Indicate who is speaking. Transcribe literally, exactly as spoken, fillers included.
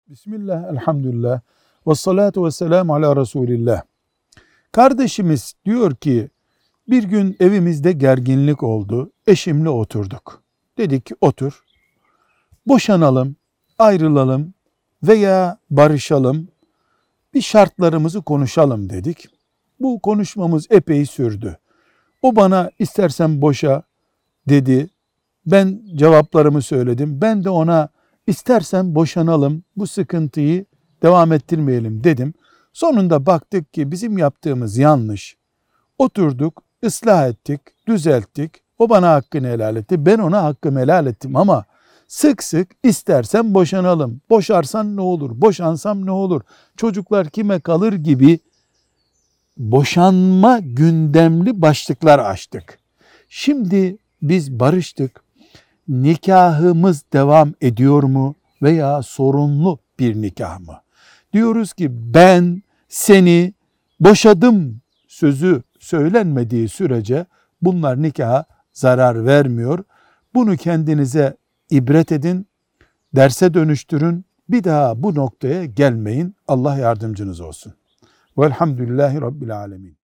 Speaker 1: Bismillah, elhamdülillah, ve salatu ve selamu ala Resulillah. Kardeşimiz diyor ki, bir gün evimizde gerginlik oldu, eşimle oturduk. Dedik ki otur, boşanalım, ayrılalım veya barışalım, bir şartlarımızı konuşalım dedik. Bu konuşmamız epey sürdü. O bana istersen boşa dedi, ben cevaplarımı söyledim, ben de ona İstersen boşanalım, bu sıkıntıyı devam ettirmeyelim dedim. Sonunda baktık ki bizim yaptığımız yanlış. Oturduk, ıslah ettik, düzelttik. O bana hakkını helal etti, ben ona hakkımı helal ettim ama sık sık istersen boşanalım, boşarsan ne olur, boşansam ne olur, çocuklar kime kalır gibi boşanma gündemli başlıklar açtık. Şimdi biz barıştık. Nikahımız devam ediyor mu veya sorunlu bir nikah mı? Diyoruz ki ben seni boşadım sözü söylenmediği sürece bunlar nikaha zarar vermiyor. Bunu kendinize ibret edin, derse dönüştürün. Bir daha bu noktaya gelmeyin. Allah yardımcınız olsun. Velhamdülillahi Rabbil Alemin.